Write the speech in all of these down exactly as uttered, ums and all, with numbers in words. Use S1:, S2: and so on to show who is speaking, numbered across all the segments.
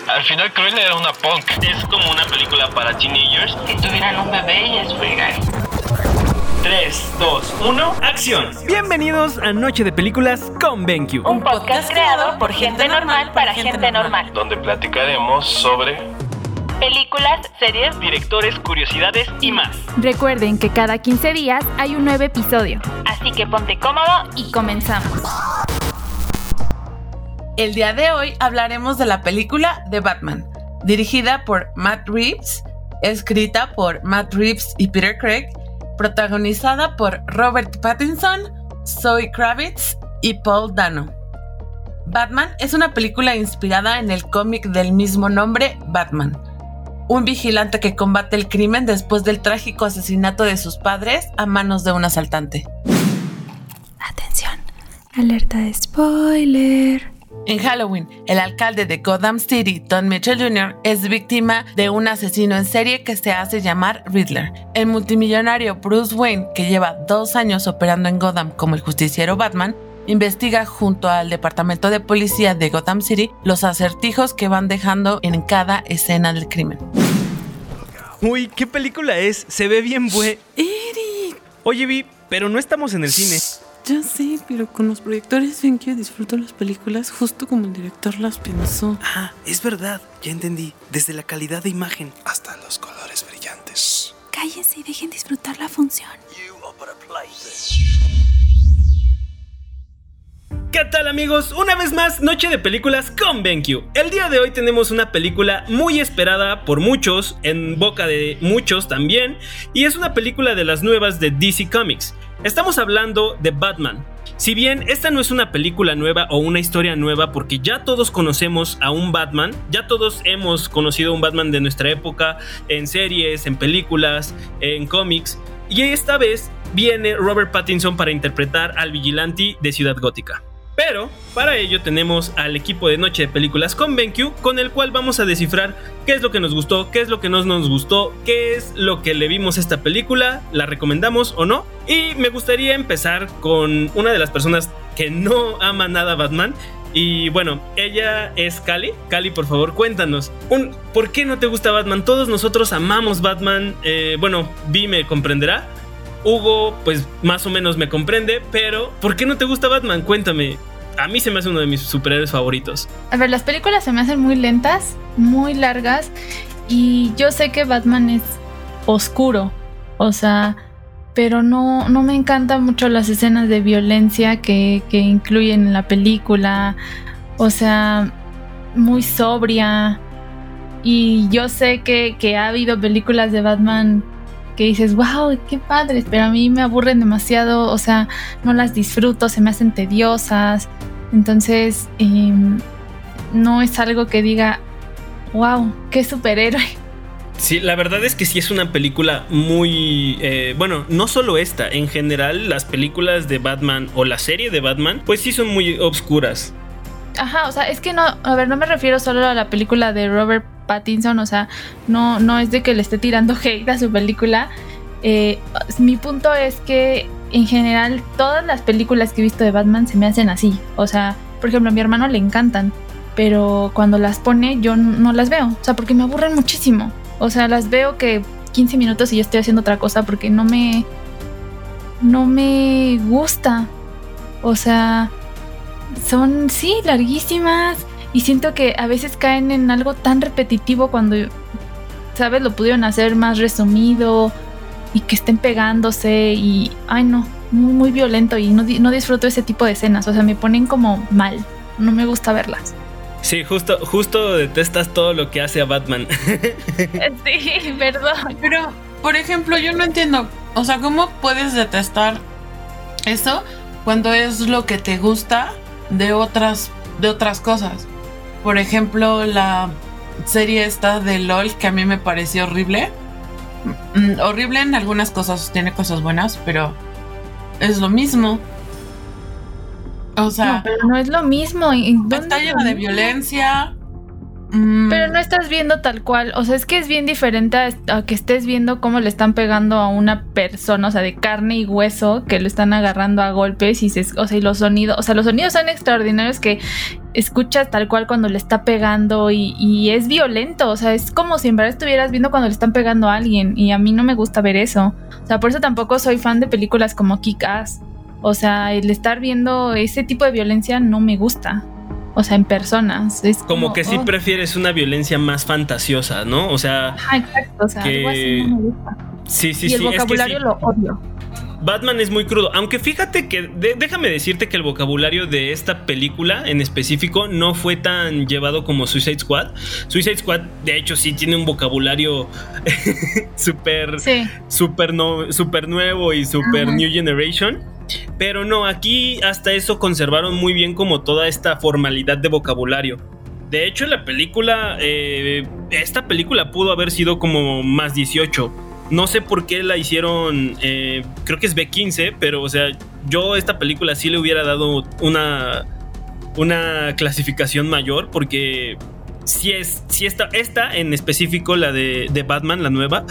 S1: Al final Cruella era una punk. Es como una película para teenagers.
S2: Si tuvieran un bebé y es vulgar.
S3: tres, dos, uno, acción. Bienvenidos a Noche de Películas con BenQ.
S2: Un podcast creado por gente normal para gente normal.
S1: Donde platicaremos sobre
S2: películas, series,
S3: directores, curiosidades y más.
S4: Recuerden que cada quince días hay un nuevo episodio.
S2: Así que ponte cómodo
S4: y comenzamos.
S5: El día de hoy hablaremos de la película de Batman, dirigida por Matt Reeves, escrita por Matt Reeves y Peter Craig, protagonizada por Robert Pattinson, Zoe Kravitz y Paul Dano. Batman es una película inspirada en el cómic del mismo nombre, Batman, un vigilante que combate el crimen después del trágico asesinato de sus padres a manos de un asaltante.
S4: Atención, alerta de spoiler.
S5: En Halloween, el alcalde de Gotham City, Tom Mitchell junior, es víctima de un asesino en serie que se hace llamar Riddler. El multimillonario Bruce Wayne, que lleva dos años operando en Gotham como el justiciero Batman, investiga junto al departamento de policía de Gotham City los acertijos que van dejando en cada escena del crimen.
S3: Uy, ¿qué película es? Se ve bien bue...
S5: ¡Eric!
S3: Oye, Vi, pero no estamos en el cine.
S5: Ya sé, pero con los proyectores ven que disfruto las películas justo como el director las pensó.
S6: Ah, es verdad, ya entendí. Desde la calidad de imagen hasta los colores brillantes.
S4: Cállense y dejen disfrutar la función.
S3: ¿Qué tal, amigos? Una vez más, Noche de Películas con BenQ. El día de hoy tenemos una película muy esperada por muchos, en boca de muchos también, y es una película de las nuevas de D C Comics. Estamos hablando de Batman. Si bien esta no es una película nueva o una historia nueva, porque ya todos conocemos a un Batman, ya todos hemos conocido a un Batman de nuestra época en series, en películas, en cómics, y esta vez viene Robert Pattinson para interpretar al vigilante de Ciudad Gótica. Pero para ello tenemos al equipo de Noche de Películas con BenQ, con el cual vamos a descifrar qué es lo que nos gustó, qué es lo que no nos gustó, qué es lo que le vimos a esta película, la recomendamos o no. Y me gustaría empezar con una de las personas que no ama nada a Batman. Y bueno, ella es Cali. Cali, por favor, cuéntanos, un, ¿por qué no te gusta Batman? Todos nosotros amamos Batman. Eh, bueno, Vi me comprenderá. Hugo, pues más o menos me comprende, pero ¿por qué no te gusta Batman? Cuéntame. A mí se me hace uno de mis superhéroes favoritos.
S4: A ver, las películas se me hacen muy lentas, muy largas, y yo sé que Batman es oscuro, o sea, pero no, no me encantan mucho las escenas de violencia que, que incluyen en la película, o sea, muy sobria, y yo sé que, que ha habido películas de Batman que dices, wow, qué padres, pero a mí me aburren demasiado, o sea, no las disfruto, se me hacen tediosas, entonces eh, no es algo que diga, wow, qué superhéroe.
S3: Sí, la verdad es que sí es una película muy... Eh, bueno, no solo esta, en general las películas de Batman o la serie de Batman, pues sí son muy obscuras.
S4: Ajá, o sea, es que no, a ver, no me refiero solo a la película de Robert Pattinson, o sea, no, no es de que le esté tirando hate a su película. Eh, mi punto es que en general todas las películas que he visto de Batman se me hacen así. O sea, por ejemplo, a mi hermano le encantan, pero cuando las pone yo no las veo, o sea, porque me aburren muchísimo. O sea, las veo que quince minutos y yo estoy haciendo otra cosa porque no me, no me gusta. O sea, son, sí, larguísimas. Y siento que a veces caen en algo tan repetitivo cuando, ¿sabes? Lo pudieron hacer más resumido y que estén pegándose y, ay no, muy, muy violento y no, no disfruto ese tipo de escenas. O sea, me ponen como mal, no me gusta verlas.
S3: Sí, justo, justo detestas todo lo que hace a Batman.
S4: Sí, perdón.
S5: Pero, por ejemplo, yo no entiendo, o sea, ¿cómo puedes detestar eso cuando es lo que te gusta de otras, de otras cosas? Por ejemplo, la serie esta de LOL que a mí me pareció horrible. Mm, horrible en algunas cosas, tiene cosas buenas, pero es lo mismo. O sea,
S4: no, pero no es lo mismo.
S5: Está llena de violencia.
S4: Pero no estás viendo tal cual, o sea, es que es bien diferente a, a que estés viendo cómo le están pegando a una persona, o sea, de carne y hueso, que lo están agarrando a golpes y se, o sea, y los sonidos, o sea, los sonidos son extraordinarios que escuchas tal cual cuando le está pegando y, y es violento, o sea, es como si en verdad estuvieras viendo cuando le están pegando a alguien y a mí no me gusta ver eso, o sea, por eso tampoco soy fan de películas como Kick-Ass, o sea, el estar viendo ese tipo de violencia no me gusta. O sea, en personas. Es como,
S3: como que sí oh. prefieres una violencia más fantasiosa, ¿no? O sea...
S4: Ah, exacto. O sea, que... algo así no me gusta.
S3: Sí, sí,
S4: y
S3: sí.
S4: el vocabulario
S3: es que sí.
S4: lo odio.
S3: Batman es muy crudo. Aunque fíjate que... De, déjame decirte que el vocabulario de esta película en específico no fue tan llevado como Suicide Squad. Suicide Squad, de hecho, sí tiene un vocabulario súper... Sí. Súper no, super nuevo y súper uh-huh. New Generation. Pero no, aquí hasta eso conservaron muy bien como toda esta formalidad de vocabulario. De hecho, la película, eh, esta película pudo haber sido como más dieciocho. No sé por qué la hicieron, eh, creo que es B quince, pero o sea, yo a esta película sí le hubiera dado una, una clasificación mayor porque... Si es, si esta, esta en específico, la de, de Batman, la nueva,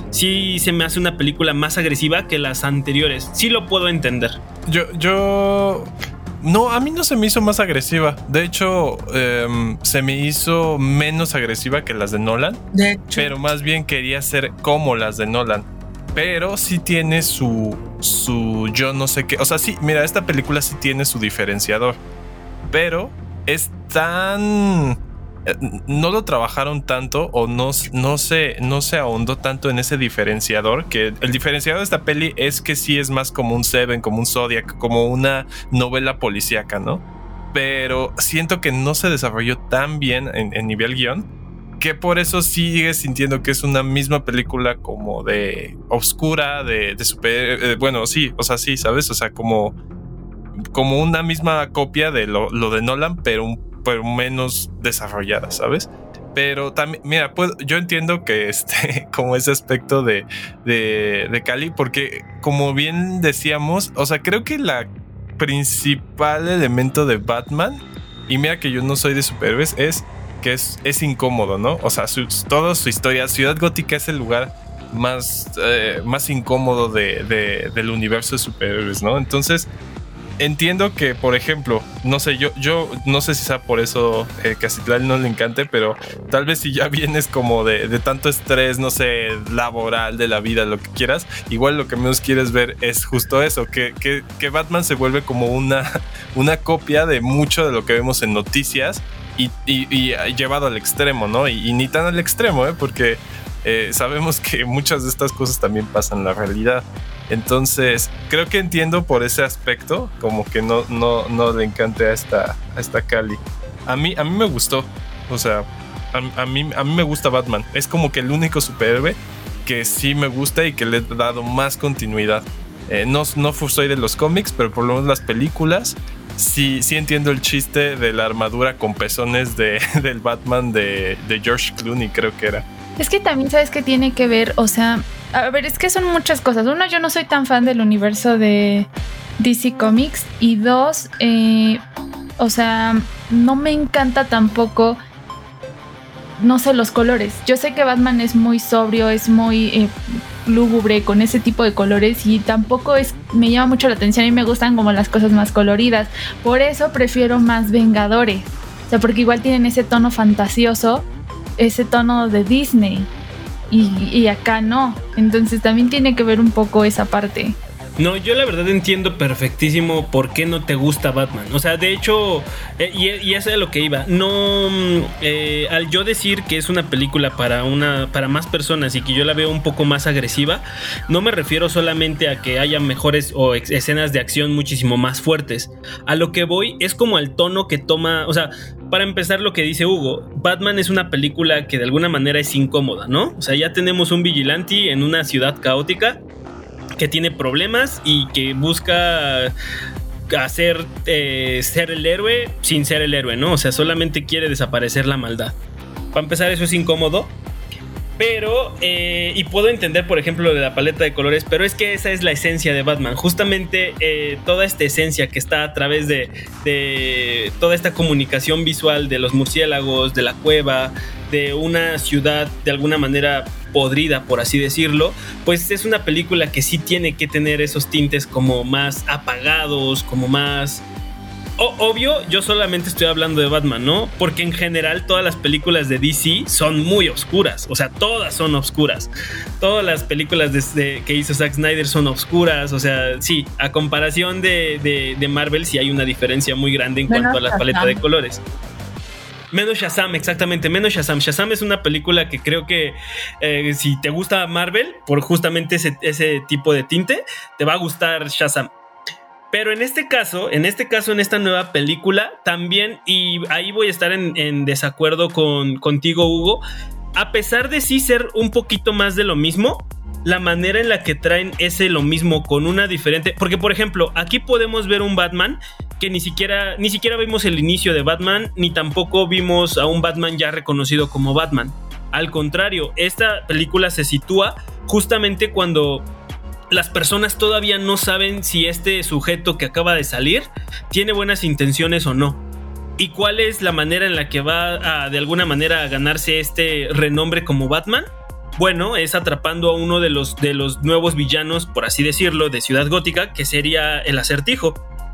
S3: sí se me hace una película más agresiva que las anteriores. Sí lo puedo entender.
S7: Yo, yo... No, a mí no se me hizo más agresiva. De hecho, eh, se me hizo menos agresiva que las de Nolan.
S5: De hecho.
S7: Pero más bien quería ser como las de Nolan. Pero sí tiene su, su yo no sé qué. O sea, sí, mira, esta película sí tiene su diferenciador. Pero es tan... no lo trabajaron tanto o no, no, se, no se ahondó tanto en ese diferenciador, que el diferenciador de esta peli es que sí es más como un Seven, como un Zodiac, como una novela policíaca, ¿no? Pero siento que no se desarrolló tan bien en, en nivel guión, que por eso sigue sintiendo que es una misma película como de oscura, de, de super... Eh, bueno, sí, o sea, sí, ¿sabes? O sea, como, como una misma copia de lo, lo de Nolan, pero un pero menos desarrollada, ¿sabes? Pero también, mira, pues, yo entiendo que este, como ese aspecto de, de, de Cali, porque como bien decíamos, o sea, creo que la principal elemento de Batman, y mira que yo no soy de superhéroes, es que es, es incómodo, ¿no? O sea, su, toda su historia, Ciudad Gótica es el lugar más, eh, más incómodo de, de, del universo de superhéroes, ¿no? Entonces... entiendo que, por ejemplo, no sé, yo, yo no sé si sea por eso eh, que a Citlali no le encante, pero tal vez si ya vienes como de, de tanto estrés, no sé, laboral, de la vida, lo que quieras, igual lo que menos quieres ver es justo eso, que, que, que Batman se vuelve como una, una copia de mucho de lo que vemos en noticias y, y, y llevado al extremo, ¿no? Y, y ni tan al extremo, ¿eh? Porque eh, sabemos que muchas de estas cosas también pasan en la realidad. Entonces, creo que entiendo por ese aspecto, como que no, no, no le encante a esta, a esta Cali. A mí, a mí me gustó, o sea, a, a, mí, a mí me gusta Batman. Es como que el único superhéroe que sí me gusta y que le he dado más continuidad. Eh, no, no soy de los cómics, pero por lo menos las películas, sí, sí entiendo el chiste de la armadura con pezones de, del Batman de, de George Clooney, creo que era.
S4: Es que también sabes que tiene que ver, o sea, a ver, es que son muchas cosas. Una, yo no soy tan fan del universo de D C Comics. Y dos, eh, o sea, no me encanta tampoco, no sé, los colores. Yo sé que Batman es muy sobrio, es muy eh, lúgubre con ese tipo de colores y tampoco es, me llama mucho la atención y me gustan como las cosas más coloridas. Por eso prefiero más Vengadores. O sea, porque igual tienen ese tono fantasioso, ese tono de Disney y, y acá no, entonces también tiene que ver un poco esa parte.
S3: No, yo la verdad entiendo perfectísimo por qué no te gusta Batman. O sea, de hecho, eh, y, y eso es a lo que iba. No, eh, al yo decir que es una película para una, para más personas y que yo la veo un poco más agresiva, no me refiero solamente a que haya mejores o ex- escenas de acción muchísimo más fuertes. A lo que voy es como al tono que toma, o sea, para empezar lo que dice Hugo, Batman es una película que de alguna manera es incómoda, ¿no? O sea, ya tenemos un vigilante en una ciudad caótica que tiene problemas y que busca hacer eh, ser el héroe sin ser el héroe, ¿no? O sea, solamente quiere desaparecer la maldad. Para empezar, eso es incómodo. Pero, eh, y puedo entender, por ejemplo, de la paleta de colores, pero es que esa es la esencia de Batman. Justamente eh, toda esta esencia que está a través de, de toda esta comunicación visual de los murciélagos, de la cueva, de una ciudad de alguna manera podrida, por así decirlo, pues es una película que sí tiene que tener esos tintes como más apagados, como más... O, obvio, yo solamente estoy hablando de Batman, ¿no? Porque en general todas las películas de D C son muy oscuras. O sea, todas son oscuras. Todas las películas de, de, que hizo Zack Snyder son oscuras. O sea, sí, a comparación de, de, de Marvel sí hay una diferencia muy grande en
S5: Menos
S3: cuanto a la
S5: Shazam.
S3: paleta de colores. Menos Shazam, exactamente, menos Shazam. Shazam es una película que creo que eh, si te gusta Marvel, por justamente ese, ese tipo de tinte, te va a gustar Shazam. Pero en este caso, en este caso, en esta nueva película, también, y ahí voy a estar en, en desacuerdo con, contigo, Hugo, a pesar de sí ser un poquito más de lo mismo, la manera en la que traen ese lo mismo con una diferente... Porque, por ejemplo, aquí podemos ver un Batman que ni siquiera, ni siquiera vimos el inicio de Batman, ni tampoco vimos a un Batman ya reconocido como Batman. Al contrario, esta película se sitúa justamente cuando... las personas todavía no saben si este sujeto que acaba de salir tiene buenas intenciones o no. ¿Y cuál es la manera en la que va a, de alguna manera, a ganarse este renombre como Batman? Bueno, es atrapando a uno de los, de los nuevos villanos, por así decirlo, de Ciudad Gótica, que sería el Acertijo.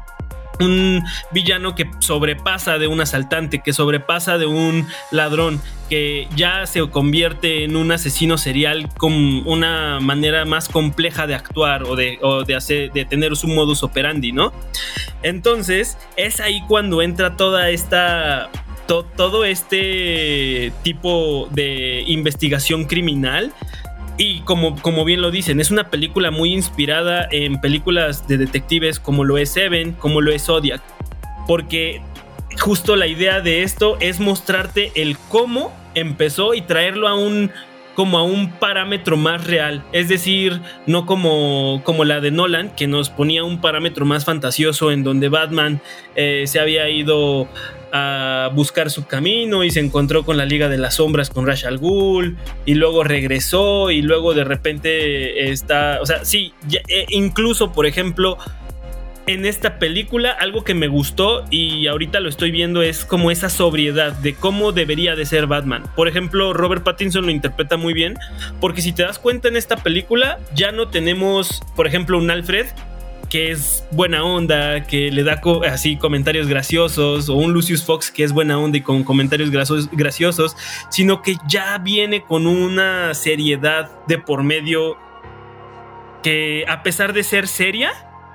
S3: Un villano que sobrepasa de un asaltante, que sobrepasa de un ladrón, que ya se convierte en un asesino serial con una manera más compleja de actuar o de, o de, hacer, de tener su modus operandi, ¿no? Entonces, es ahí cuando entra toda esta... To, todo este tipo de investigación criminal. Y como, como bien lo dicen, es una película muy inspirada en películas de detectives como lo es Seven, como lo es Zodiac. Porque justo la idea de esto es mostrarte el cómo empezó y traerlo a un, como a un parámetro más real. Es decir, no como, como la de Nolan, que nos ponía un parámetro más fantasioso en donde Batman eh, se había ido a buscar su camino y se encontró con la Liga de las Sombras con Ra's al Ghul y luego regresó y luego de repente está, o sea, sí, ya, eh, incluso por ejemplo en esta película algo que me gustó y ahorita lo estoy viendo es como esa sobriedad de cómo debería de ser Batman. Por ejemplo, Robert Pattinson lo interpreta muy bien porque si te das cuenta en esta película ya no tenemos, por ejemplo, un Alfred que es buena onda, que le da co- así comentarios graciosos, o un Lucius Fox que es buena onda y con comentarios grasos- graciosos, sino que ya viene con una seriedad de por medio que, a pesar de ser seria,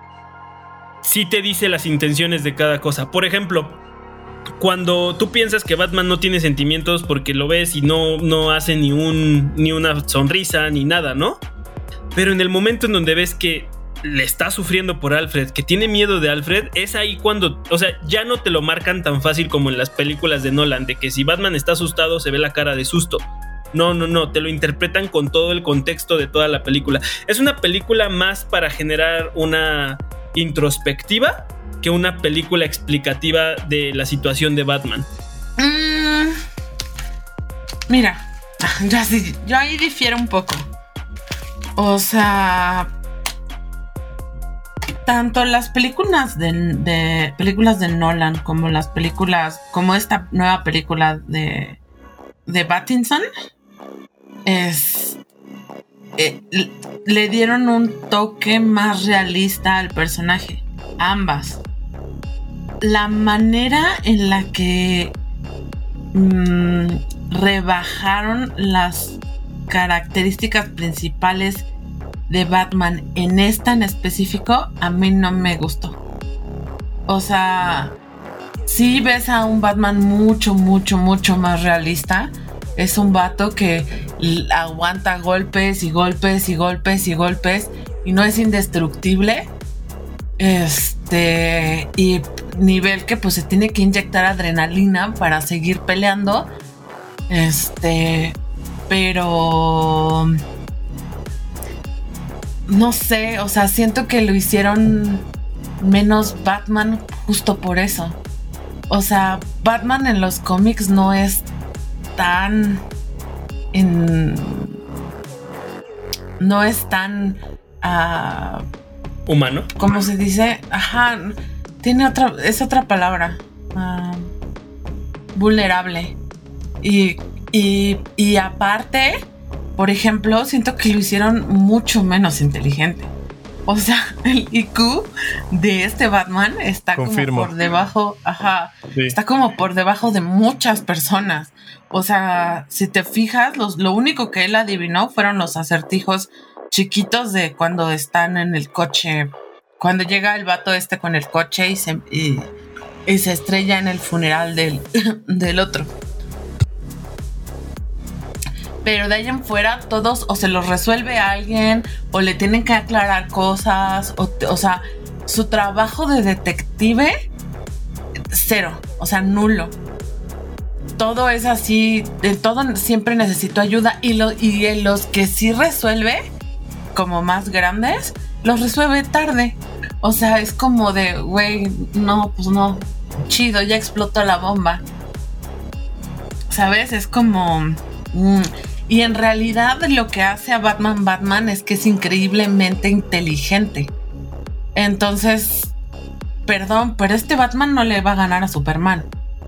S3: sí te dice las intenciones de cada cosa. Por ejemplo, cuando tú piensas que Batman no tiene sentimientos porque lo ves y no, no hace ni, un, ni una sonrisa ni nada, ¿no? Pero en el momento en donde ves que le está sufriendo por Alfred, que tiene miedo de Alfred, es ahí cuando, o sea, ya no te lo marcan tan fácil como en las películas de Nolan, de que si Batman está asustado se ve la cara de susto. No, no, no, te lo interpretan con todo el contexto de toda la película. Es una película más para generar una introspectiva que una película explicativa de la situación de Batman.
S5: Mm, mira, yo, sí, yo ahí difiero un poco. O sea, tanto las películas de, de películas de Nolan como las películas, como esta nueva película de, de Pattinson, es, eh, le dieron un toque más realista al personaje. Ambas. La manera en la que mmm, rebajaron las características principales de Batman en esta en específico, a mí no me gustó. O sea, sí ves a un Batman mucho, mucho, mucho más realista. Es un vato que aguanta golpes y golpes y golpes y golpes y no es indestructible. Este, y nivel que pues se tiene que inyectar adrenalina para seguir peleando. Este, pero no sé, o sea, siento que lo hicieron menos Batman justo por eso. O sea, Batman en los cómics no es tan en, no es tan uh,
S3: humano.
S5: ¿Cómo se dice? Ajá, tiene otra, es otra palabra. Uh, vulnerable. Y, y, y aparte, por ejemplo, siento que lo hicieron mucho menos inteligente. O sea, el I Q de este Batman está
S7: Confirmo.
S5: como por debajo, ajá,
S7: Sí.
S5: está como por debajo de muchas personas. O sea, si te fijas, los, lo único que él adivinó fueron los acertijos chiquitos de cuando están en el coche, cuando llega el vato este con el coche y se, y, y se estrella en el funeral del, del otro. Pero de ahí en fuera todos o se los resuelve a alguien o le tienen que aclarar cosas. O, o sea, su trabajo de detective, cero. O sea, nulo. Todo es así. De todo siempre necesito ayuda. Y, lo, y los que sí resuelve, como más grandes, los resuelve tarde. O sea, es como de, güey, no, pues no. Chido, ya explotó la bomba. ¿Sabes? Es como... Mmm, y en realidad lo que hace a Batman Batman es que es increíblemente inteligente. Entonces, perdón, pero este Batman no le va a ganar a Superman.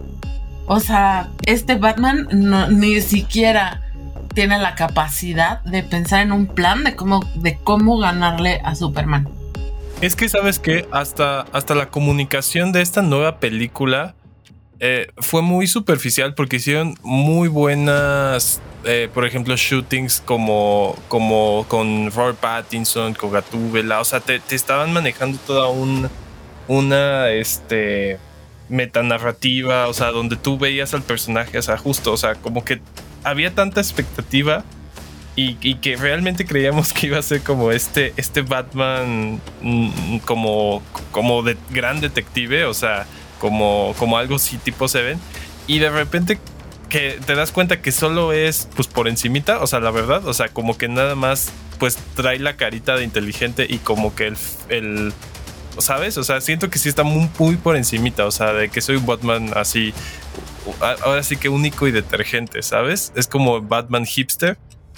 S5: O sea, este Batman no, ni siquiera tiene la capacidad de pensar en un plan de cómo, de cómo ganarle a Superman.
S7: Es que, ¿sabes qué? Hasta, hasta la comunicación de esta nueva película eh, fue muy superficial porque hicieron muy buenas... Eh, por ejemplo, shootings como, como con Robert Pattinson, con Gatúbela. O sea, te, te estaban manejando toda un, una este, metanarrativa. O sea, donde tú veías al personaje, o sea, justo. O sea, como que había tanta expectativa y, y que realmente creíamos que iba a ser como este, este Batman mm, como, como de gran detective. O sea, como, como algo así tipo Seven. Y de repente... que te das cuenta que solo es pues por encimita, o sea, la verdad, o sea, como que nada más pues trae la carita de inteligente y como que el, el ¿sabes? O sea, siento que sí está muy, muy por encimita, o sea, de que soy un Batman así, ahora sí que único y detergente, ¿sabes? Es como Batman hipster,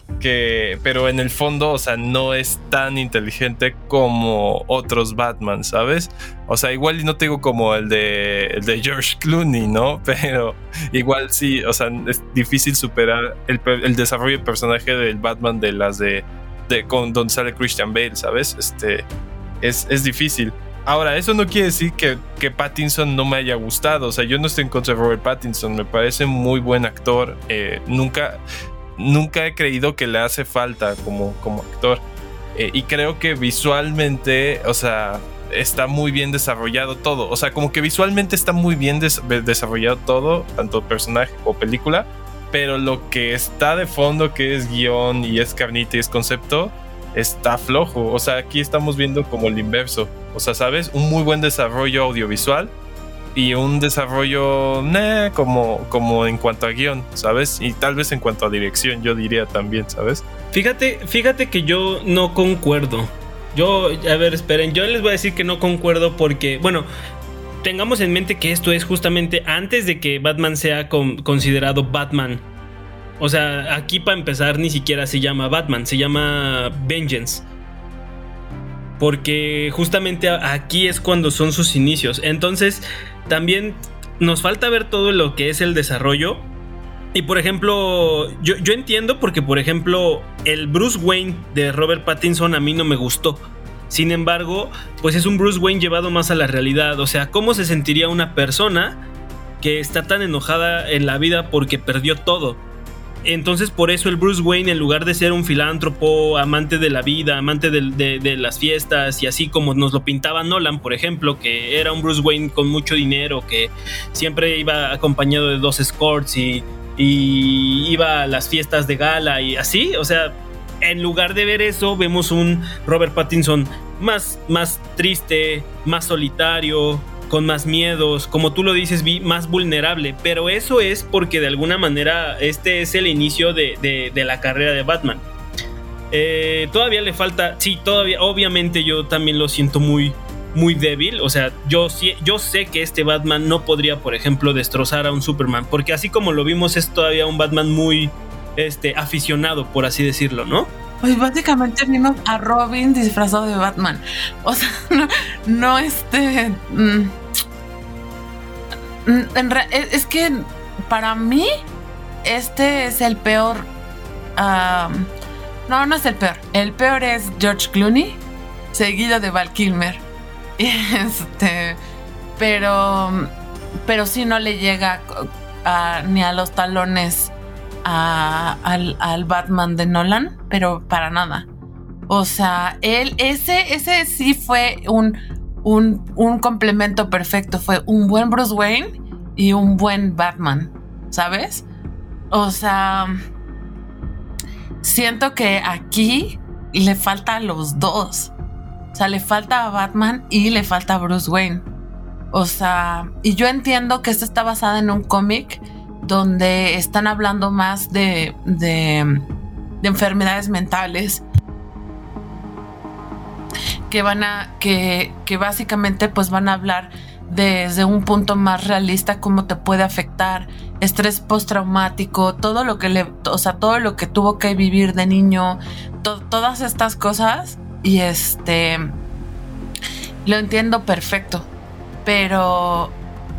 S7: que, pero en el fondo, o sea, no es tan inteligente como otros Batman, ¿sabes? O sea, igual y no te digo como el de, el de George Clooney, ¿no? Pero igual sí, o sea, es difícil superar el, el desarrollo de personaje del Batman de las de, de con donde sale Christian Bale, ¿sabes? Este, es, es difícil. Ahora, eso no quiere decir que, que Pattinson no me haya gustado, o sea, yo no estoy en contra de Robert Pattinson, me parece muy buen actor, eh, nunca... Nunca he creído que le hace falta como, como actor. Eh, y creo que visualmente, o sea, está muy bien desarrollado todo. O sea, como que visualmente está muy bien des- desarrollado todo, tanto personaje como película. Pero lo que está de fondo, que es guión y es carnita y es concepto, está flojo. O sea, aquí estamos viendo como el inverso. O sea, ¿sabes? Un muy buen desarrollo audiovisual. Y un desarrollo nah, como, como en cuanto a guión, ¿sabes? Y tal vez en cuanto a dirección, yo diría también, ¿sabes?
S3: Fíjate, fíjate que yo no concuerdo. Yo, a ver, esperen, yo les voy a decir que no concuerdo porque, bueno, tengamos en mente que esto es justamente antes de que Batman sea con, considerado Batman. O sea, aquí para empezar ni siquiera se llama Batman, se llama Vengeance. Porque justamente aquí es cuando son sus inicios. Entonces, también nos falta ver todo lo que es el desarrollo. Y por ejemplo, yo, yo entiendo porque, por ejemplo, el Bruce Wayne de Robert Pattinson a mí no me gustó. Sin embargo, pues es un Bruce Wayne llevado más a la realidad. O sea, ¿cómo se sentiría una persona que está tan enojada en la vida porque perdió todo? Entonces por eso el Bruce Wayne, en lugar de ser un filántropo, amante de la vida, amante de, de, de las fiestas y así como nos lo pintaba Nolan, por ejemplo, que era un Bruce Wayne con mucho dinero, que siempre iba acompañado de dos escorts y, y iba a las fiestas de gala y así, o sea, en lugar de ver eso, vemos un Robert Pattinson más, más triste, más solitario, con más miedos, como tú lo dices, Vi, más vulnerable, pero eso es porque de alguna manera este es el inicio de, de, de la carrera de Batman. Eh, todavía le falta, sí, todavía, obviamente yo también lo siento muy, muy débil, o sea, yo, yo sé que este Batman no podría, por ejemplo, destrozar a un Superman, porque así como lo vimos es todavía un Batman muy este, aficionado, por así decirlo, ¿no?
S5: Pues básicamente vimos a Robin disfrazado de Batman. O sea, no, no este... Mm, en re, es que para mí este es el peor... Um, no, no es el peor. El peor es George Clooney, seguido de Val Kilmer. Este, pero, pero sí no le llega a, ni a los talones a, al, al Batman de Nolan, pero para nada. O sea, él, ese, ese sí fue un, un, un complemento perfecto. Fue un buen Bruce Wayne y un buen Batman, ¿sabes? O sea, siento que aquí le falta a los dos. O sea, le falta a Batman y le falta a Bruce Wayne. O sea, y yo entiendo que esto está basada en un cómic donde están hablando más de, de, de enfermedades mentales que van a, que, que básicamente pues van a hablar desde un punto más realista cómo te puede afectar estrés postraumático, todo lo que le, o sea, todo lo que tuvo que vivir de niño, to, todas estas cosas. Y este lo entiendo perfecto, pero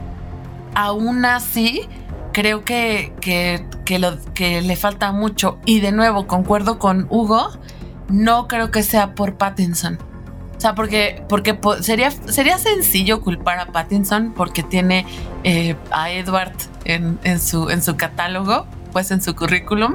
S5: aún así creo que, que, que, lo, que le falta mucho. Y de nuevo concuerdo con Hugo, no creo que sea por Pattinson. O sea, porque, porque sería, sería sencillo culpar a Pattinson porque tiene eh, a Edward en, en, su, en su catálogo, pues en su currículum,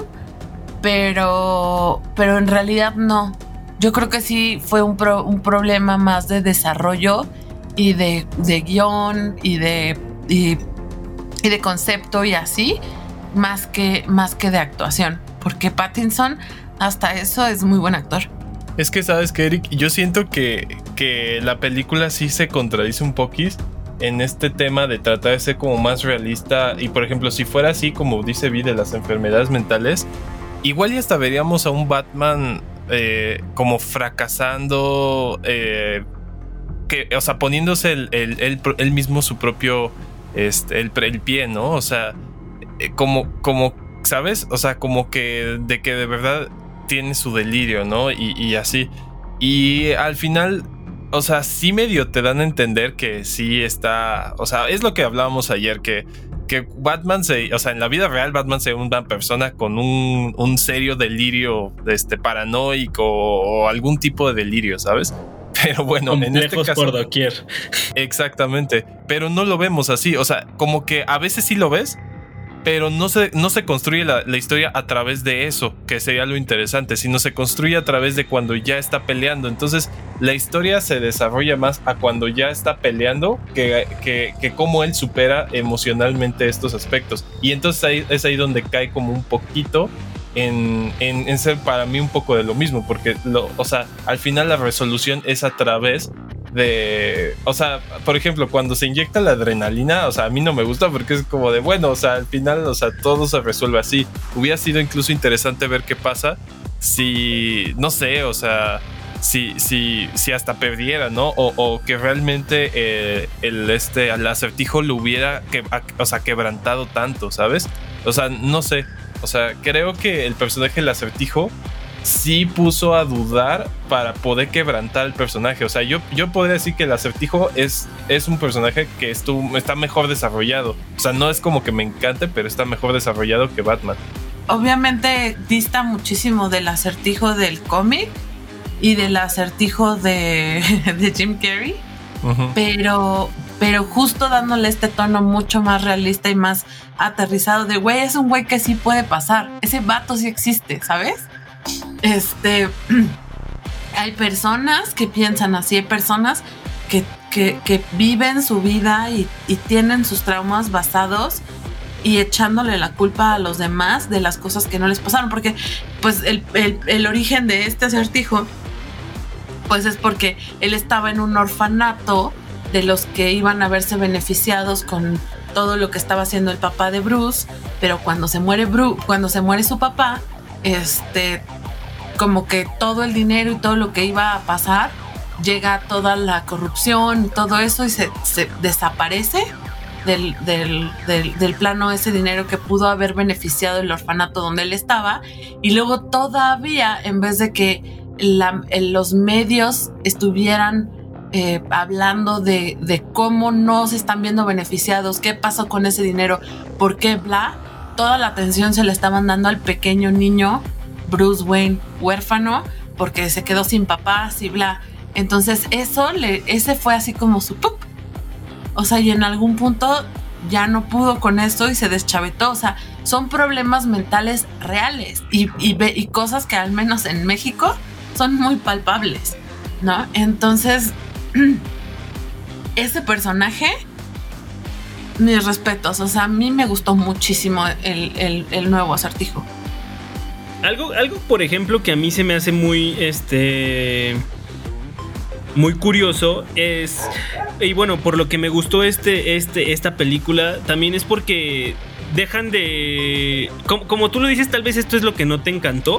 S5: pero, pero en realidad no. Yo creo que sí fue un, pro, un problema más de desarrollo y de, de guión y de, y, y de concepto y así, más que, más que de actuación. Porque Pattinson, hasta eso, es muy buen actor.
S7: Es que, ¿sabes qué, Eric? Yo siento que, que la película sí se contradice un poquis en este tema de tratar de ser como más realista. Y, por ejemplo, si fuera así, como dice Vi, de las enfermedades mentales, igual ya hasta veríamos a un Batman... Eh, como fracasando, eh, que, o sea, poniéndose el, el, el, el mismo su propio este, el, el pie, ¿no? O sea, eh, como, como, ¿sabes? O sea, como que de que de verdad tiene su delirio, ¿no? Y, y así. Y al final, o sea, sí medio te dan a entender que sí está, o sea, es lo que hablábamos ayer, que que Batman se, o sea, en la vida real Batman sea una persona con un, un serio delirio este, paranoico o algún tipo de delirio, ¿sabes? Pero bueno,
S3: complejos
S7: en este caso
S3: por doquier.
S7: Exactamente, pero no lo vemos así, o sea, como que a veces sí lo ves, pero no se, no se construye la, la historia a través de eso, que sería lo interesante, sino se construye a través de cuando ya está peleando. Entonces la historia se desarrolla más a cuando ya está peleando que, que, que cómo él supera emocionalmente estos aspectos. Y entonces ahí, es ahí donde cae como un poquito en, en, en ser para mí un poco de lo mismo, porque lo, o sea, al final la resolución es a través de, o sea, por ejemplo, cuando se inyecta la adrenalina, o sea, a mí no me gusta porque es como de, bueno, o sea, al final, o sea, todo se resuelve así. Hubiera sido incluso interesante ver qué pasa si, no sé, o sea, si, si, si hasta perdiera, ¿no? O, o que realmente eh, el, este, al Acertijo lo hubiera, que, o sea, quebrantado tanto, ¿sabes? O sea, no sé, o sea, creo que el personaje del Acertijo sí puso a dudar para poder quebrantar el personaje. O sea, yo, yo podría decir que el Acertijo es, es un personaje que estuvo, está mejor desarrollado. O sea, no es como que me encante, pero está mejor desarrollado que Batman.
S5: Obviamente dista muchísimo del Acertijo del cómic y del Acertijo de, de Jim Carrey, uh-huh. pero, pero justo dándole este tono mucho más realista y más aterrizado de, güey, es un güey que sí puede pasar. Ese vato sí existe, ¿sabes? Este, hay personas que piensan así, hay personas que, que, que viven su vida y, y tienen sus traumas basados y echándole la culpa a los demás de las cosas que no les pasaron, porque pues el, el, el origen de este Acertijo pues es porque él estaba en un orfanato de los que iban a verse beneficiados con todo lo que estaba haciendo el papá de Bruce, pero cuando se muere Bruce, cuando se muere su papá, este, como que todo el dinero y todo lo que iba a pasar, llega toda la corrupción y todo eso y se, se desaparece del, del, del, del plano ese dinero que pudo haber beneficiado el orfanato donde él estaba, y luego todavía, en vez de que la, los medios estuvieran eh, hablando de, de cómo no se están viendo beneficiados, qué pasó con ese dinero, por qué, bla, toda la atención se le estaban dando al pequeño niño Bruce Wayne huérfano porque se quedó sin papás y bla. Entonces eso, le, ese fue así como su ¡pup! O sea, y en algún punto ya no pudo con esto y se deschavetó. O sea, son problemas mentales reales y, y, y cosas que al menos en México son muy palpables, ¿no? Entonces, ese personaje, mis respetos. O sea, a mí me gustó muchísimo el, el, el nuevo Acertijo.
S3: Algo, algo, por ejemplo, que a mí se me hace muy, este... muy curioso es, y bueno, por lo que me gustó este, este, esta película, también es porque dejan de, como, como tú lo dices, tal vez esto es lo que no te encantó.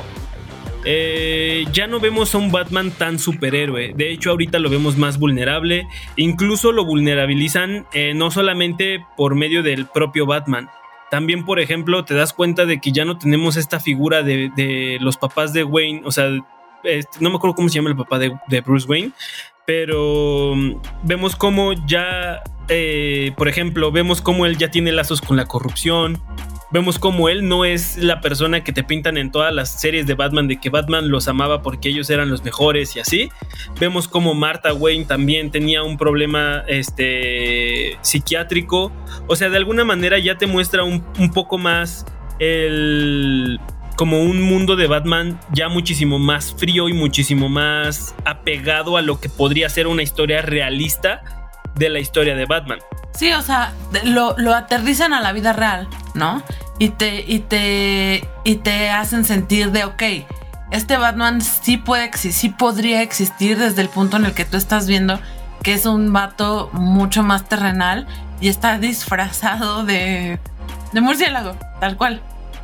S3: Eh, ya no vemos a un Batman tan superhéroe. De hecho, ahorita lo vemos más vulnerable. Incluso lo vulnerabilizan eh, no solamente por medio del propio Batman. También, por ejemplo, te das cuenta de que ya no tenemos esta figura de, de los papás de Wayne. O sea, este, no me acuerdo cómo se llama el papá de, de Bruce Wayne, pero vemos cómo ya, eh, por ejemplo, vemos cómo él ya tiene lazos con la corrupción. Vemos cómo él no es la persona que te pintan en todas las series de Batman, de que Batman los amaba porque ellos eran los mejores y así. Vemos cómo Martha Wayne también tenía un problema este, psiquiátrico. O sea, de alguna manera ya te muestra un, un poco más el... como un mundo de Batman ya muchísimo más frío y muchísimo más apegado a lo que podría ser una historia realista de la historia de Batman.
S5: Sí, o sea, lo, lo aterrizan a la vida real, ¿no? Y te, y te, y te hacen sentir de, ok, este Batman sí puede existir, sí podría existir desde el punto en el que tú estás viendo que es un vato mucho más terrenal y está disfrazado de, de murciélago, tal cual.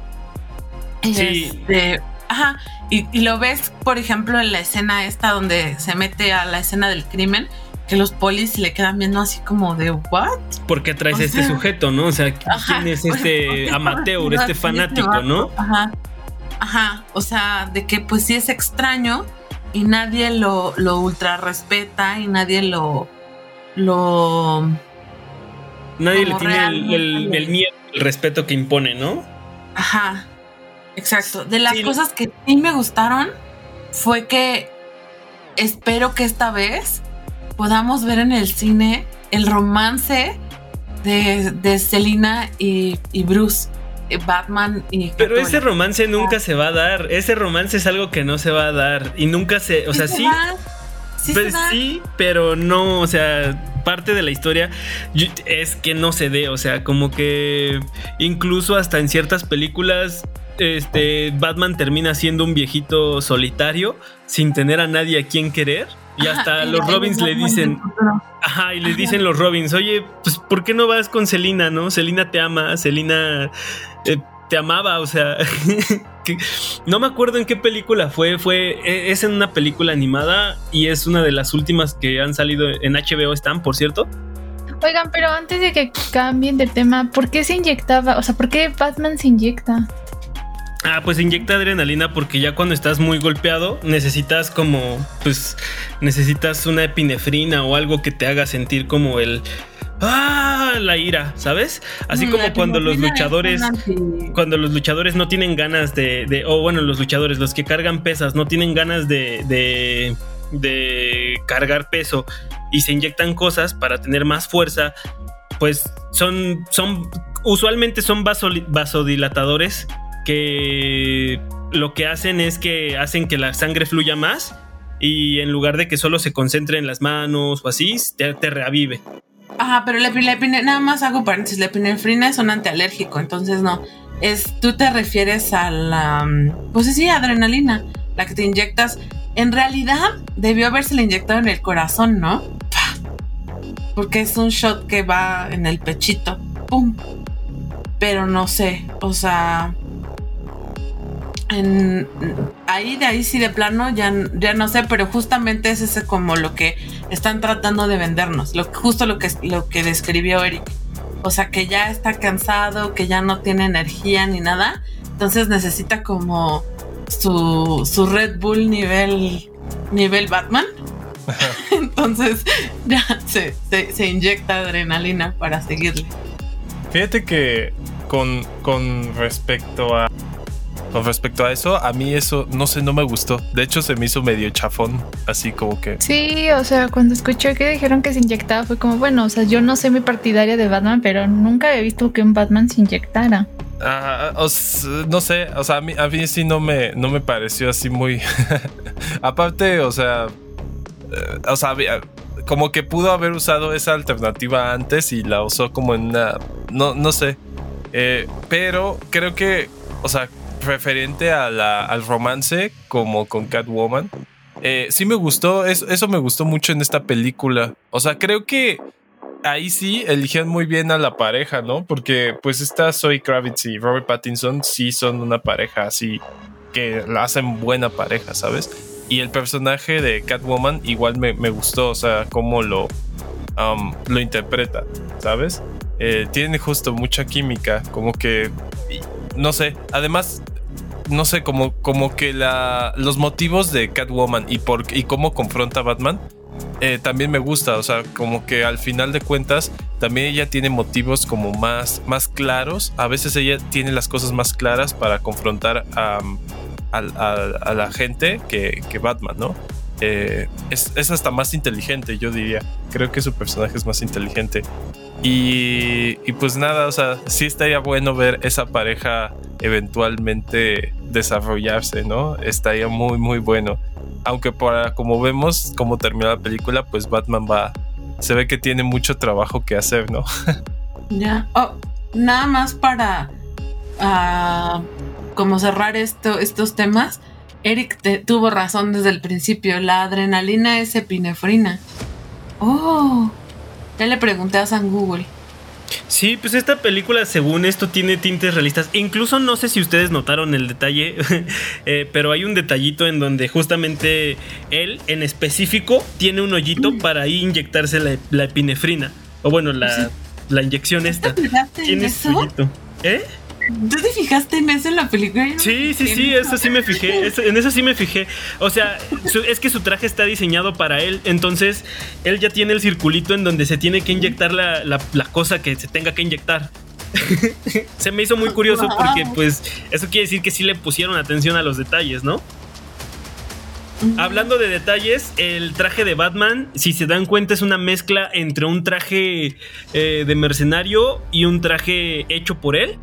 S5: Y
S3: sí.
S5: Este, ajá, y, y lo ves, por ejemplo, en la escena esta donde se mete a la escena del crimen, que los polis le quedan viendo así como de ¿what?
S3: ¿Por qué traes
S5: O
S3: este
S5: sea,
S3: sujeto, no? O sea,
S5: ajá,
S3: ¿quién es
S5: pues, ¿por
S3: este
S5: qué
S3: amateur,
S5: estás
S3: este fanático,
S5: haciendo
S3: no?
S5: esto? Ajá, ajá, o sea, de que pues sí es extraño y nadie lo, lo ultra respeta y nadie lo... lo
S3: Nadie le
S5: como
S3: tiene el,
S5: realmente
S3: el, el miedo, el respeto que impone, ¿no?
S5: Ajá, exacto. De las
S3: Sí.
S5: cosas que sí me gustaron fue que espero que esta vez podamos ver en el cine el romance de, de Selina y, y Bruce, eh, Batman y
S3: Pero
S5: Catwoman.
S3: ese romance nunca se va a dar. Ese romance es algo que no se va a dar. Y nunca se... O sea,
S5: se
S3: sí...
S5: da, sí,
S3: Pues
S5: se da.
S3: sí, pero no, o sea, parte de la historia yo- es que no se dé, o sea, como que incluso hasta en ciertas películas este Batman termina siendo un viejito solitario sin tener a nadie a quien querer y hasta
S5: Ajá,
S3: los
S5: y
S3: Robins le
S5: Batman
S3: dicen,
S5: del futuro.
S3: ajá, y le
S5: Ajá.
S3: dicen los Robins, oye, pues ¿por qué no vas con Selina, no? Selina te ama, Selina eh, te amaba, o sea, que, no me acuerdo en qué película fue, fue, es en una película animada y es una de las últimas que han salido en H B O, están, por cierto.
S4: Oigan, pero antes de que cambien de tema, ¿por qué se inyectaba? O sea, ¿por qué Batman se inyecta?
S3: Ah, pues inyecta adrenalina porque ya cuando estás muy golpeado necesitas como, pues, necesitas una epinefrina o algo que te haga sentir como el... ¡Ah! La ira, ¿sabes? Así
S5: Mm,
S3: como
S5: la
S3: cuando los
S5: epinefrina
S3: luchadores...
S5: es un anti-
S3: Cuando los luchadores no tienen ganas de... de o bueno, los luchadores, los que cargan pesas, no tienen ganas de... de de cargar peso y se inyectan cosas para tener más fuerza, pues son, son usualmente son vasoli- vasodilatadores que lo que hacen es que hacen que la sangre fluya más y en lugar de que solo se concentre en las manos o así, te, te reavive.
S5: Ajá, pero la, la epine- nada más hago paréntesis, la epinefrina es un antialérgico, entonces no. Es, tú te refieres a la, pues sí, adrenalina, la que te inyectas. En realidad debió haberse inyectado en el corazón, ¿no? Porque es un shot que va en el pechito, pum. Pero no sé, o sea, en, ahí de ahí sí de plano ya, ya no sé, pero justamente es ese como lo que están tratando de vendernos, lo, justo lo que, lo que describió Eric. o sea, que ya está cansado, que ya no tiene energía ni nada, entonces necesita como su, su Red Bull nivel, nivel Batman. Entonces ya se, se, se inyecta adrenalina para seguirle.
S7: Fíjate que con, con respecto a con respecto a eso, a mí eso, no sé, no me gustó. De hecho, se me hizo medio chafón, así como que...
S4: Sí, o sea, cuando escuché que dijeron que se inyectaba fue como, bueno, o sea, yo no soy muy partidaria de Batman, pero nunca he visto que un Batman se inyectara.
S7: Ah, os, no sé, o sea, a mí, a mí sí no me, no me pareció así muy... Aparte, o sea... Eh, o sea, como que pudo haber usado esa alternativa antes y la usó como en una... No, no sé. Eh, pero creo que, o sea, referente a la, al romance como con Catwoman, eh, sí me gustó, eso, eso me gustó mucho en esta película. O sea, creo que ahí sí eligieron muy bien a la pareja, ¿no? Porque pues esta Zoe Kravitz y Robert Pattinson sí son una pareja así que la hacen buena pareja, ¿sabes? Y el personaje de Catwoman igual me, me gustó, o sea, cómo lo, um, lo interpreta, ¿sabes? Eh, tiene justo mucha química, como que, no sé, además, no sé, como, como que la, los motivos de Catwoman y, por, y cómo confronta a Batman, eh, también me gusta, o sea, como que al final de cuentas, también ella tiene motivos como más, más claros, a veces ella tiene las cosas más claras para confrontar a... Um, A, a, a la gente que, que Batman, ¿no? Eh, es, es hasta más inteligente, yo diría. Creo que su personaje es más inteligente. Y, y pues nada, o sea, sí estaría bueno ver esa pareja eventualmente desarrollarse, ¿no? Estaría muy, muy bueno. Aunque para como vemos cómo termina la película, pues Batman va... Se ve que tiene mucho trabajo que hacer, ¿no?
S5: Ya. Oh, nada más para... Uh... como cerrar esto, estos temas, Eric te, tuvo razón desde el principio. La adrenalina es epinefrina. Oh, ya le pregunté a San Google.
S3: Sí, pues esta película, según esto, tiene tintes realistas. Incluso no sé si ustedes notaron el detalle, eh, pero hay un detallito en donde justamente él, en específico, tiene un hoyito mm. para ahí inyectarse la, la epinefrina. O bueno, la, sí. la inyección esta. Tiene su hoyito. ¿Eh?
S5: ¿Tú te fijaste en eso en la película? No
S3: sí, sí, sí, eso sí me fijé. Eso, en eso sí me fijé. O sea, su, es que su traje está diseñado para él. Entonces, él ya tiene el circulito en donde se tiene que inyectar la, la, la cosa que se tenga que inyectar. Se me hizo muy curioso porque, pues, eso quiere decir que sí le pusieron atención a los detalles, ¿no? Uh-huh. Hablando de detalles, el traje de Batman, si se dan cuenta, es una mezcla entre un traje eh, de mercenario y un traje hecho por él.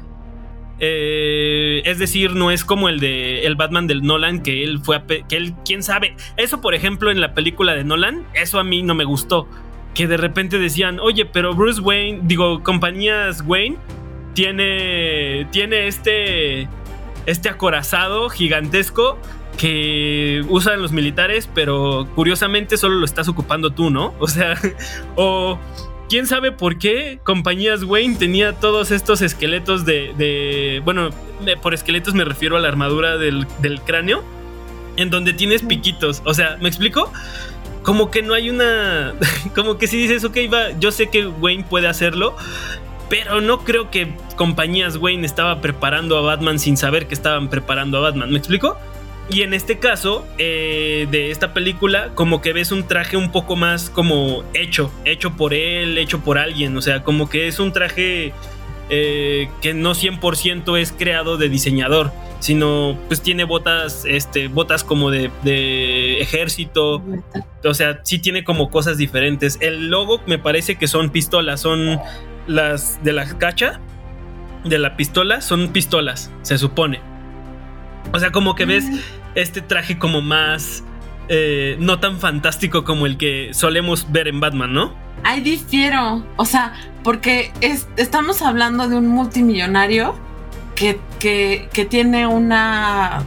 S3: Eh, es decir, no es como el de el Batman del Nolan, que él fue a pe- que él, quién sabe. Eso, por ejemplo, en la película de Nolan, eso a mí no me gustó. Que de repente decían, oye, pero Bruce Wayne, digo, compañías Wayne tiene, tiene este, este acorazado gigantesco que usan los militares, pero curiosamente solo lo estás ocupando tú, ¿no? O sea, o... ¿Quién sabe por qué compañías Wayne tenía todos estos esqueletos de... de bueno, de, por esqueletos me refiero a la armadura del, del cráneo, en donde tienes piquitos. O sea, ¿me explico? Como que no hay una... Como que si dices, ok, va, yo sé que Wayne puede hacerlo, pero no creo que compañías Wayne estaba preparando a Batman sin saber que estaban preparando a Batman. ¿Me explico? Y en este caso, eh, de esta película, como que ves un traje un poco más como hecho, hecho por él, hecho por alguien. O sea, como que es un traje eh, que no cien por ciento es creado de diseñador, sino pues tiene botas, este, botas como de, de ejército. O sea, sí tiene como cosas diferentes. El logo me parece que son pistolas, son las de la cacha, de la pistola, son pistolas, se supone. O sea, como que ves este traje como más eh, no tan fantástico como el que solemos ver en Batman, ¿no?
S5: Ay, difiero. O sea, porque es, estamos hablando de un multimillonario que, que, que tiene una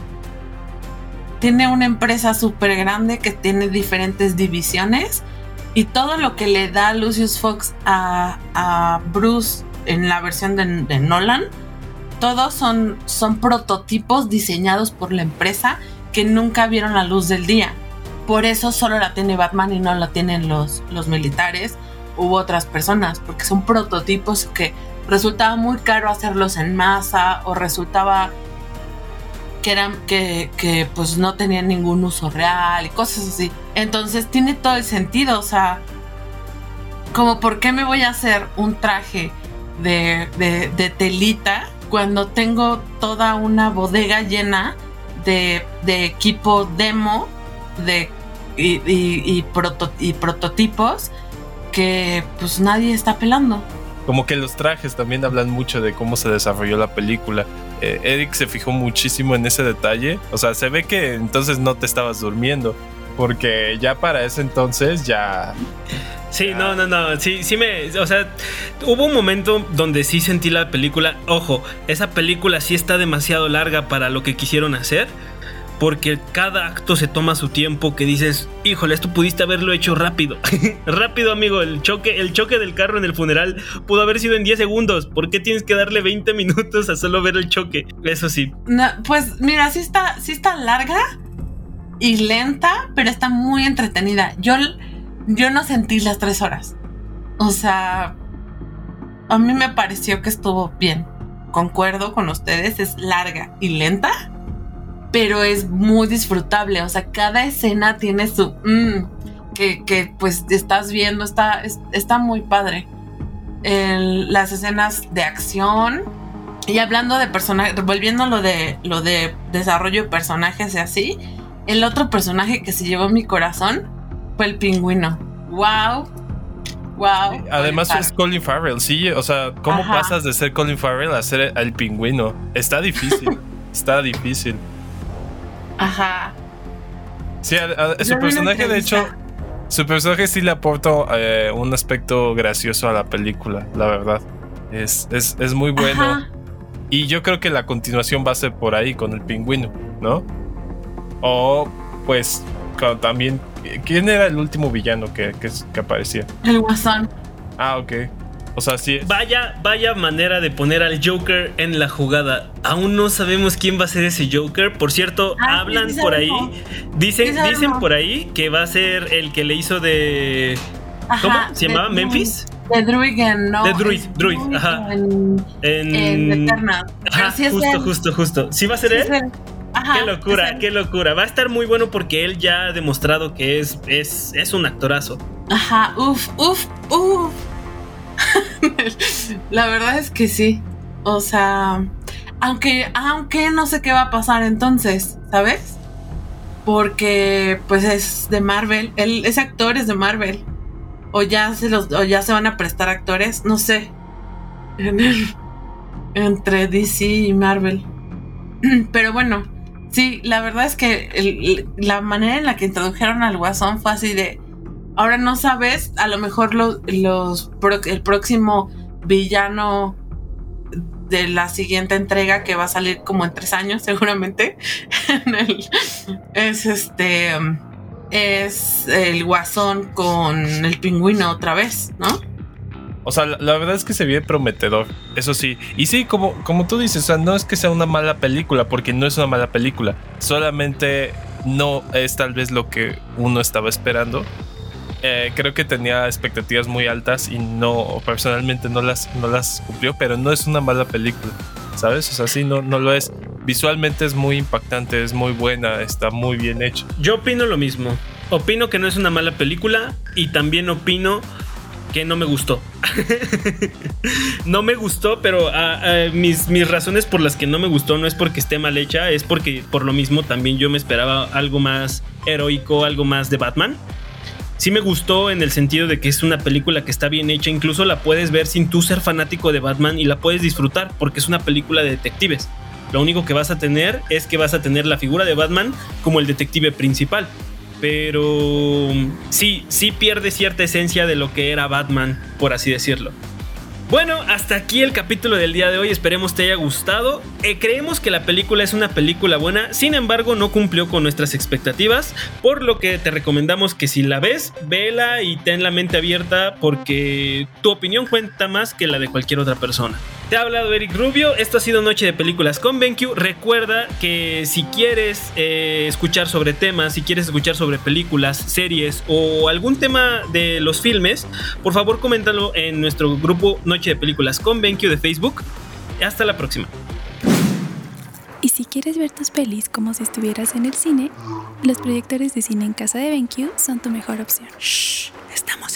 S5: tiene una empresa súper grande que tiene diferentes divisiones, y todo lo que le da Lucius Fox a, a Bruce en la versión de, de Nolan, todos son, son prototipos diseñados por la empresa que nunca vieron la luz del día. Por eso solo la tiene Batman y no la tienen los, los militares. hubo otras personas, porque son prototipos que resultaba muy caro hacerlos en masa o resultaba que eran que, que pues no tenían ningún uso real y cosas así. Entonces tiene todo el sentido, o sea, como por qué me voy a hacer un traje de, de, de telita cuando tengo toda una bodega llena de, de equipo demo de, y, y, y, proto, y prototipos que pues nadie está pelando.
S7: Como que los trajes también hablan mucho de cómo se desarrolló la película. Eh, Eric se fijó muchísimo en ese detalle. O sea, se ve que entonces no te estabas durmiendo, porque ya para ese entonces ya...
S3: Sí, no, no, no, sí, sí me, o sea, hubo un momento donde sí sentí la película, ojo, esa película sí está demasiado larga para lo que quisieron hacer, porque cada acto se toma su tiempo, que dices, híjole, esto pudiste haberlo hecho rápido, rápido amigo, el choque, el choque del carro en el funeral pudo haber sido en diez segundos, ¿por qué tienes que darle veinte minutos a solo ver el choque? Eso sí.
S5: No, pues mira, sí está, sí está larga y lenta, pero está muy entretenida. Yo... Yo no sentí las tres horas. O sea, a mí me pareció que estuvo bien. Concuerdo con ustedes, es larga y lenta, pero es muy disfrutable. O sea, cada escena tiene su... Mmm, que, que pues estás viendo, está, es, está muy padre. El, las escenas de acción. Y hablando de personajes, volviendo a lo de, lo de desarrollo de personajes y así, el otro personaje que se llevó mi corazón fue el pingüino. Wow. Wow.
S7: Además es Colin Farrell, sí. O sea, ¿cómo
S5: Ajá.
S7: pasas de ser Colin Farrell a ser el pingüino? Está difícil. Está difícil.
S5: Ajá.
S7: Sí, a, a, su personaje, de hecho, su personaje sí le aporta eh, un aspecto gracioso a la película, la verdad. Es, es, es muy bueno.
S5: Ajá.
S7: Y yo creo que la continuación va a ser por ahí, con el pingüino, ¿no? O, pues, con, también... ¿Quién era el último villano que, que, que aparecía?
S5: El Guasón.
S7: Ah, ok. O sea, sí.
S3: Vaya, vaya manera de poner al Joker en la jugada. Aún no sabemos quién va a ser ese Joker. Por cierto,
S5: ah,
S3: hablan
S5: sí, sí
S3: por
S5: sabemos.
S3: ahí. Dicen,
S5: sí
S3: dicen por ahí que va a ser el que le hizo de...
S5: Ajá,
S3: ¿Cómo? ¿Se llamaba?
S5: de
S3: ¿Memphis?
S5: De Druigan, no.
S3: De Druid,
S5: es
S3: Druid,
S5: Druid
S3: ajá.
S5: En,
S3: En,
S5: en Eternal.
S3: Ajá,
S5: Sí, es
S3: justo,
S5: él.
S3: justo, justo. ¿Sí va a ser
S5: Sí,
S3: él?
S5: es él. Ajá,
S3: Qué locura,
S5: es él.
S3: qué locura. Va a estar muy bueno porque él ya ha demostrado que es, es, es un actorazo.
S5: Ajá, uf, uf, uf. La verdad es que sí. O sea, aunque, aunque no sé qué va a pasar entonces, ¿sabes? Porque pues es de Marvel. Él, ese actor es de Marvel. O ya se los, o ya se van a prestar actores, no sé. En el, entre D C y Marvel. Pero bueno, sí, la verdad es que el, la manera en la que introdujeron al Guasón fue así de... Ahora no sabes, a lo mejor los, los el próximo villano de la siguiente entrega, que va a salir como en tres años seguramente, en el, es este es el Guasón con el pingüino otra vez, ¿no?
S7: O sea, la, la verdad es que se ve prometedor, eso sí. Y sí, como, como tú dices, o sea, no es que sea una mala película, porque no es una mala película. Solamente no es tal vez lo que uno estaba esperando. Eh, creo que tenía expectativas muy altas y no, personalmente no las, no las cumplió, pero no es una mala película, ¿sabes? O sea, sí, no, no lo es. Visualmente es muy impactante, es muy buena, está muy bien hecho.
S3: Yo opino lo mismo. Opino que no es una mala película y también opino que no me gustó. No me gustó, pero uh, uh, mis, mis razones por las que no me gustó no es porque esté mal hecha, es porque por lo mismo también yo me esperaba algo más heroico, algo más de Batman. Sí me gustó en el sentido de que es una película que está bien hecha, incluso la puedes ver sin tú ser fanático de Batman y la puedes disfrutar porque es una película de detectives. Lo único que vas a tener es que vas a tener la figura de Batman como el detective principal. Pero sí, sí pierde cierta esencia de lo que era Batman, por así decirlo. Bueno, hasta aquí el capítulo del día de hoy, esperemos te haya gustado. Eh, creemos que la película es una película buena, sin embargo no cumplió con nuestras expectativas, por lo que te recomendamos que si la ves, vela y ten la mente abierta porque tu opinión cuenta más que la de cualquier otra persona. Te ha hablado Eric Rubio. Esto ha sido Noche de Películas con BenQ. Recuerda que si quieres eh, escuchar sobre temas, si quieres escuchar sobre películas, series o algún tema de los filmes, por favor coméntalo en nuestro grupo Noche de Películas con BenQ de Facebook. Hasta la próxima.
S8: Y si quieres ver tus pelis como si estuvieras en el cine, los proyectores de cine en casa de BenQ son tu mejor opción.
S6: Shh, estamos